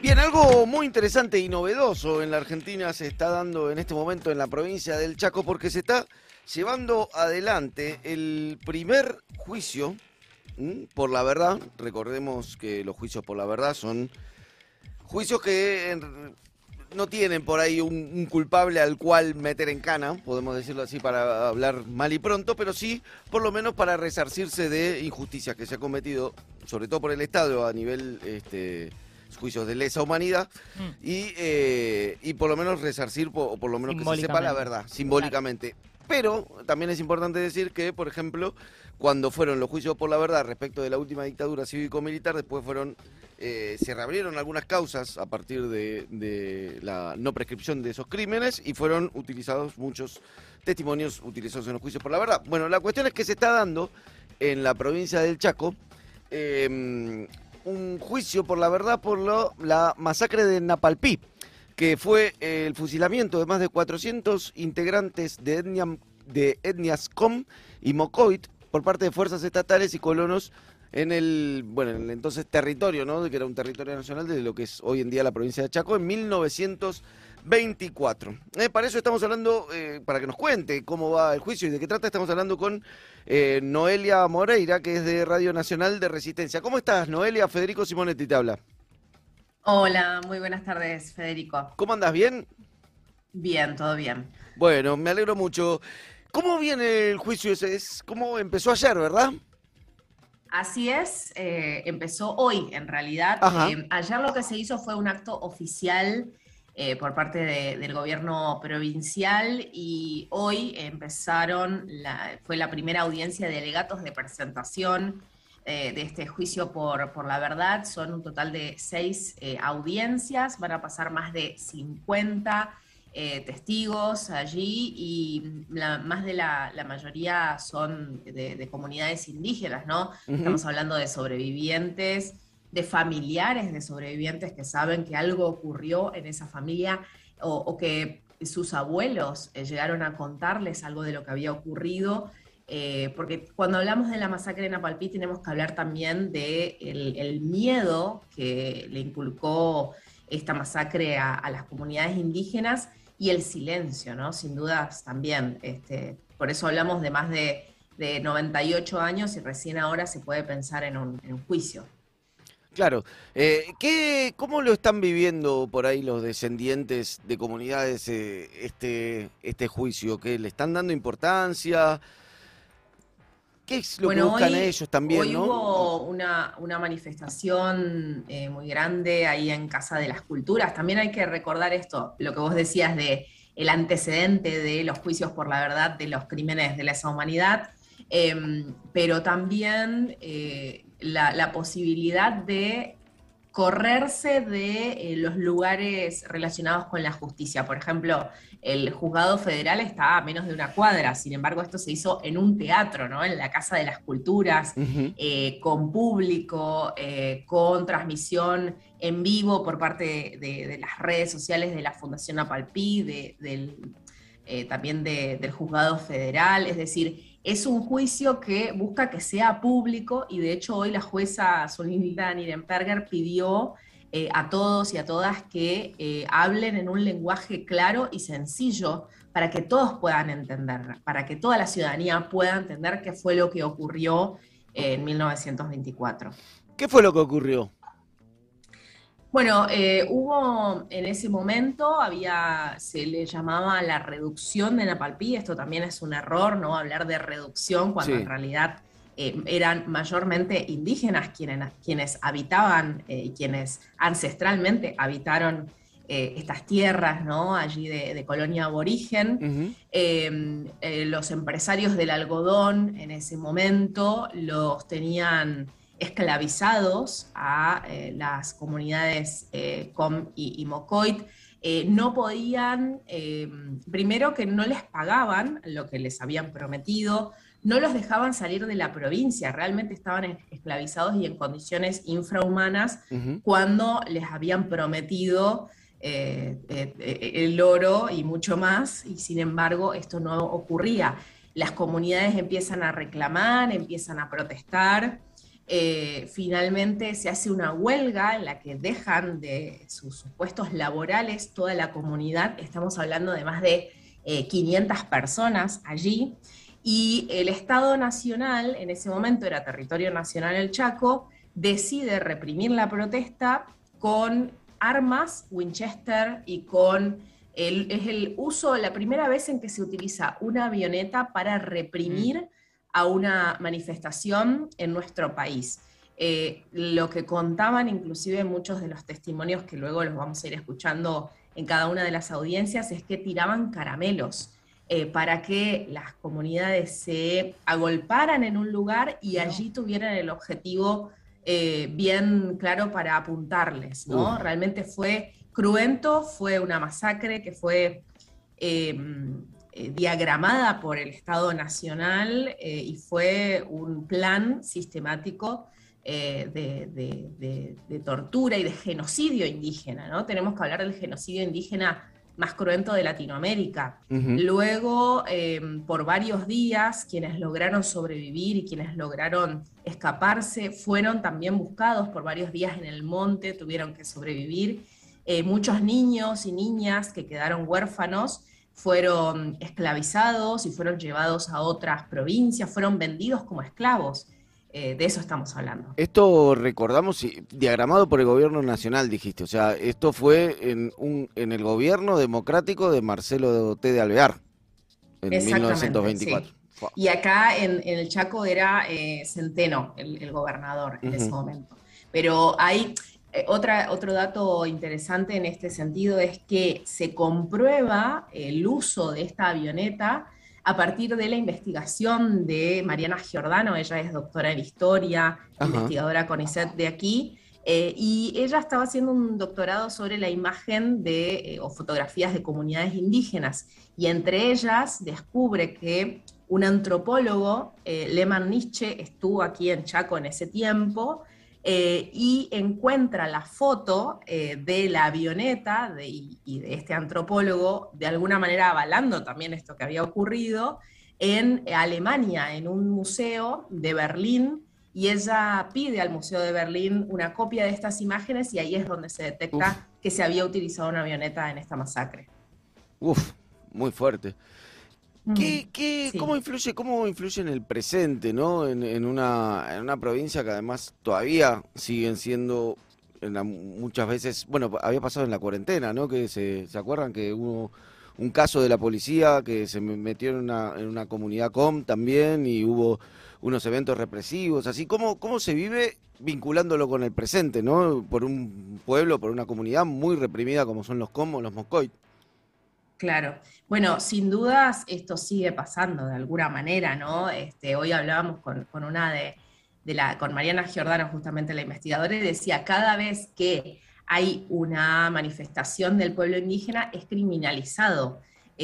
Bien, algo muy interesante y novedoso en la Argentina se está dando en este momento en la provincia del Chaco porque se está llevando adelante el primer juicio por la verdad. Recordemos que los juicios por la verdad son juicios que no tienen por ahí un culpable al cual meter en cana, podemos decirlo así para hablar mal y pronto, pero sí por lo menos para resarcirse de injusticias que se ha cometido, sobre todo por el Estado a nivel juicios de lesa humanidad y por lo menos resarcir o por lo menos que se sepa la verdad, simbólicamente. Claro. Pero también es importante decir que, por ejemplo, cuando fueron los juicios por la verdad respecto de la última dictadura cívico-militar, después se reabrieron algunas causas a partir de la no prescripción de esos crímenes y fueron utilizados muchos testimonios utilizados en los juicios por la verdad. Bueno, la cuestión es que se está dando en la provincia del Chaco un juicio por la verdad por la masacre de Napalpí, que fue el fusilamiento de más de 400 integrantes de etnias Com y Mocoit por parte de fuerzas estatales y colonos en el entonces territorio, ¿no? Que era un territorio nacional de lo que es hoy en día la provincia de Chaco, en 1924. Para eso estamos hablando, para que nos cuente cómo va el juicio y de qué trata, estamos hablando con Noelia Moreira, que es de Radio Nacional de Resistencia. ¿Cómo estás, Noelia? Federico Simonetti te habla. Hola, muy buenas tardes, Federico. ¿Cómo andás? ¿Bien? Bien, todo bien. Bueno, me alegro mucho. ¿Cómo viene el juicio ese? ¿Cómo empezó ayer, verdad? Así es, empezó hoy en realidad. Ayer lo que se hizo fue un acto oficial por parte del gobierno provincial y hoy fue la primera audiencia de alegatos de presentación de este juicio por la verdad. Son un total de 6 audiencias, van a pasar más de 50 testigos allí y más de la mayoría son de comunidades indígenas, ¿no? Estamos hablando de sobrevivientes, de familiares de sobrevivientes que saben que algo ocurrió en esa familia o que sus abuelos llegaron a contarles algo de lo que había ocurrido. Porque cuando hablamos de la masacre de Napalpí tenemos que hablar también de el miedo que le inculcó esta masacre a las comunidades indígenas y el silencio, ¿no? Sin dudas también. Por eso hablamos de más de 98 años y recién ahora se puede pensar en un juicio. Claro. ¿Cómo lo están viviendo por ahí los descendientes de comunidades este juicio? ¿Que le están dando importancia? ¿Qué es lo que buscan ellos también, hoy no? Hubo una manifestación muy grande ahí en Casa de las Culturas. También hay que recordar esto, lo que vos decías de el antecedente de los juicios por la verdad de los crímenes de lesa humanidad, pero también la posibilidad de correrse de los lugares relacionados con la justicia. Por ejemplo, el juzgado federal está a menos de una cuadra, sin embargo esto se hizo en un teatro, ¿no? En la Casa de las Culturas, con público, con transmisión en vivo por parte de las redes sociales de la Fundación Napalpí, también del juzgado federal. Es decir, es un juicio que busca que sea público y de hecho hoy la jueza Zulmilda Nirenberger pidió a todos y a todas que hablen en un lenguaje claro y sencillo para que todos puedan entender, para que toda la ciudadanía pueda entender qué fue lo que ocurrió en 1924. ¿Qué fue lo que ocurrió? Bueno, hubo en ese momento, se le llamaba la reducción de Napalpí. Esto también es un error, ¿no? Hablar de reducción cuando en realidad eran mayormente indígenas quienes habitaban y quienes ancestralmente habitaron estas tierras, ¿no? Allí de colonia aborigen. Los empresarios del algodón en ese momento los tenían esclavizados a las comunidades Com y Mocoit. No podían, primero que no les pagaban lo que les habían prometido, no los dejaban salir de la provincia, realmente estaban esclavizados y en condiciones infrahumanas cuando les habían prometido el oro y mucho más, y sin embargo esto no ocurría. Las comunidades empiezan a reclamar, empiezan a protestar, finalmente se hace una huelga en la que dejan de sus puestos laborales toda la comunidad. Estamos hablando de más de 500 personas allí. Y el Estado Nacional, en ese momento era Territorio Nacional el Chaco, decide reprimir la protesta con armas Winchester y con es el uso, la primera vez en que se utiliza una avioneta para reprimir a una manifestación en nuestro país. Lo que contaban inclusive muchos de los testimonios que luego los vamos a ir escuchando en cada una de las audiencias es que tiraban caramelos para que las comunidades se agolparan en un lugar y allí tuvieran el objetivo bien claro para apuntarles, ¿no? Realmente fue cruento, fue una masacre que fue diagramada por el Estado Nacional y fue un plan sistemático de tortura y de genocidio indígena, ¿no? Tenemos que hablar del genocidio indígena más cruento de Latinoamérica. Luego, por varios días, quienes lograron sobrevivir y quienes lograron escaparse fueron también buscados por varios días en el monte, tuvieron que sobrevivir. Muchos niños y niñas que quedaron huérfanos fueron esclavizados y fueron llevados a otras provincias, fueron vendidos como esclavos. De eso estamos hablando. Esto recordamos, diagramado por el gobierno nacional, dijiste, o sea, esto fue en el gobierno democrático de Marcelo T. de Alvear, en 1924. Sí. Y acá en el Chaco era Centeno, el gobernador en ese momento. Pero hay otro dato interesante en este sentido es que se comprueba el uso de esta avioneta a partir de la investigación de Mariana Giordano. Ella es doctora en historia, investigadora CONICET de aquí, y ella estaba haciendo un doctorado sobre la imagen o fotografías de comunidades indígenas, y entre ellas descubre que un antropólogo, Lehmann Nietzsche, estuvo aquí en Chaco en ese tiempo, y encuentra la foto de la avioneta y de este antropólogo, de alguna manera avalando también esto que había ocurrido, en Alemania, en un museo de Berlín, y ella pide al Museo de Berlín una copia de estas imágenes, y ahí es donde se detecta que se había utilizado una avioneta en esta masacre. Muy fuerte. ¿Cómo influye en el presente, ¿no? En una provincia que además todavía siguen siendo muchas veces, bueno, había pasado en la cuarentena, ¿no? Que se acuerdan que hubo un caso de la policía que se metió en una comunidad también, y hubo unos eventos represivos, así ¿cómo se vive vinculándolo con el presente, ¿no? Por un pueblo, por una comunidad muy reprimida como son los o los Moscoit. Claro. Bueno, sin dudas esto sigue pasando de alguna manera, ¿no? Hoy hablábamos con con Mariana Giordano, justamente la investigadora, y decía, cada vez que hay una manifestación del pueblo indígena es criminalizado.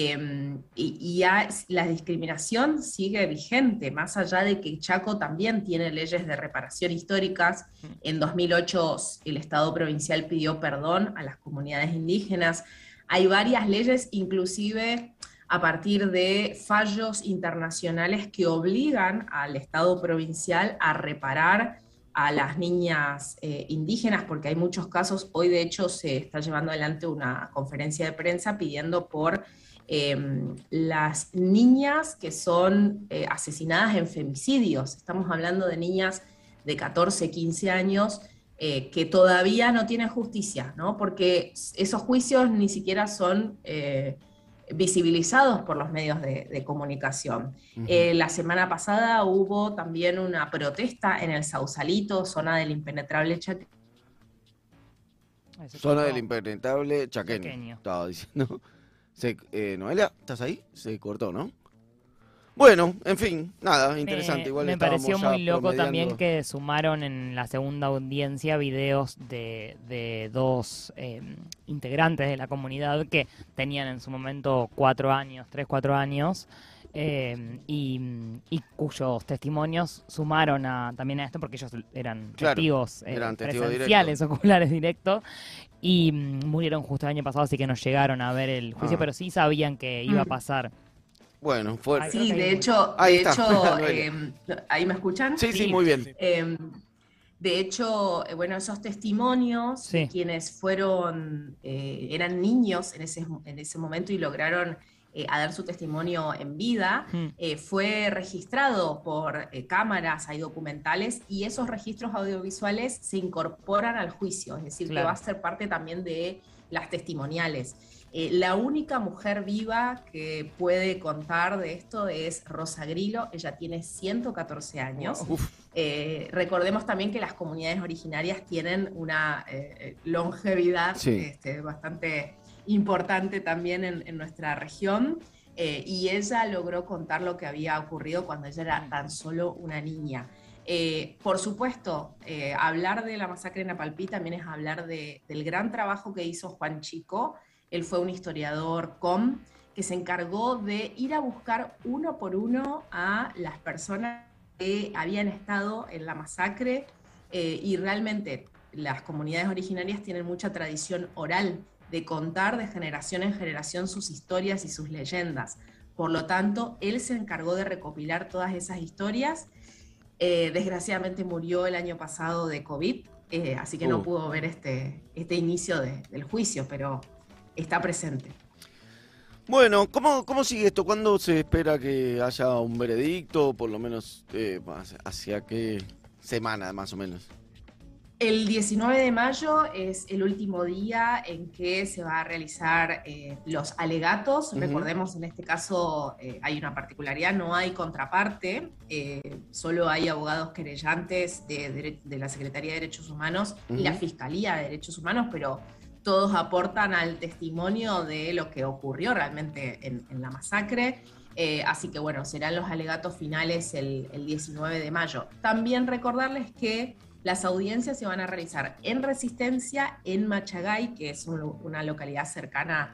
La discriminación sigue vigente, más allá de que Chaco también tiene leyes de reparación históricas. En 2008 el Estado provincial pidió perdón a las comunidades indígenas. Hay varias leyes, inclusive a partir de fallos internacionales que obligan al Estado provincial a reparar a las niñas indígenas, porque hay muchos casos. Hoy de hecho se está llevando adelante una conferencia de prensa pidiendo por las niñas que son asesinadas en femicidios. Estamos hablando de niñas de 14, 15 años que todavía no tienen justicia, ¿no? Porque esos juicios ni siquiera son visibilizados por los medios de comunicación. La semana pasada hubo también una protesta en el Sausalito, zona del impenetrable chaqueño. Zona del impenetrable chaqueño. Estaba diciendo. Noelia, ¿estás ahí? Se cortó, ¿no? Bueno, en fin, nada, interesante. Igual me pareció muy loco también que sumaron en la segunda audiencia videos de dos integrantes de la comunidad que tenían en su momento 4 años, 3, 4 años, y cuyos testimonios sumaron también a esto, porque ellos eran testigos presenciales, oculares directos, y murieron justo el año pasado, así que no llegaron a ver el juicio, pero sí sabían que iba a pasar. Bueno, fuerte. Sí, de hecho, ahí me escuchan. Sí, muy bien. De hecho, bueno, esos testimonios de quienes fueron, eran niños en ese momento y lograron a dar su testimonio en vida, fue registrado por cámaras, hay documentales, y esos registros audiovisuales se incorporan al juicio, es decir, que va a ser parte también de las testimoniales. La única mujer viva que puede contar de esto es Rosa Grillo, ella tiene 114 años. Recordemos también que las comunidades originarias tienen una longevidad bastante importante también en nuestra región, y ella logró contar lo que había ocurrido cuando ella era tan solo una niña. Por supuesto, hablar de la masacre en Napalpí también es hablar del gran trabajo que hizo Juan Chico. Él fue un historiador que se encargó de ir a buscar uno por uno a las personas que habían estado en la masacre, y realmente las comunidades originarias tienen mucha tradición oral de contar de generación en generación sus historias y sus leyendas. Por lo tanto, él se encargó de recopilar todas esas historias. Desgraciadamente murió el año pasado de COVID, así que no pudo ver este inicio del juicio, pero está presente. Bueno, ¿cómo sigue esto? ¿Cuándo se espera que haya un veredicto? Por lo menos, ¿hacia qué semana más o menos? El 19 de mayo es el último día en que se va a realizar los alegatos. Recordemos, en este caso hay una particularidad, no hay contraparte, solo hay abogados querellantes de la Secretaría de Derechos Humanos y la Fiscalía de Derechos Humanos, pero todos aportan al testimonio de lo que ocurrió realmente en la masacre. Así que bueno, serán los alegatos finales el 19 de mayo. También recordarles que las audiencias se van a realizar en Resistencia, en Machagay, que es una localidad cercana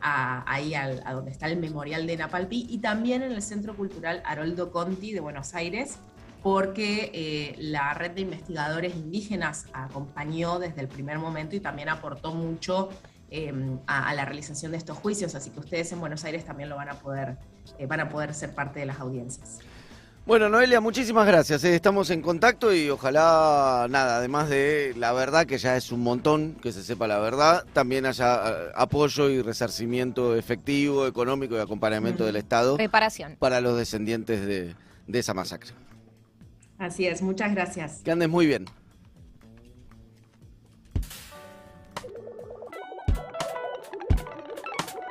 a donde está el memorial de Napalpí, y también en el Centro Cultural Haroldo Conti de Buenos Aires, porque la red de investigadores indígenas acompañó desde el primer momento y también aportó mucho a la realización de estos juicios, así que ustedes en Buenos Aires también lo van a poder ser parte de las audiencias. Bueno, Noelia, muchísimas gracias. Estamos en contacto y ojalá, nada, además de la verdad, que ya es un montón, que se sepa la verdad, también haya apoyo y resarcimiento efectivo, económico y acompañamiento del Estado. Reparación. Para los descendientes de esa masacre. Así es, muchas gracias. Que andes muy bien.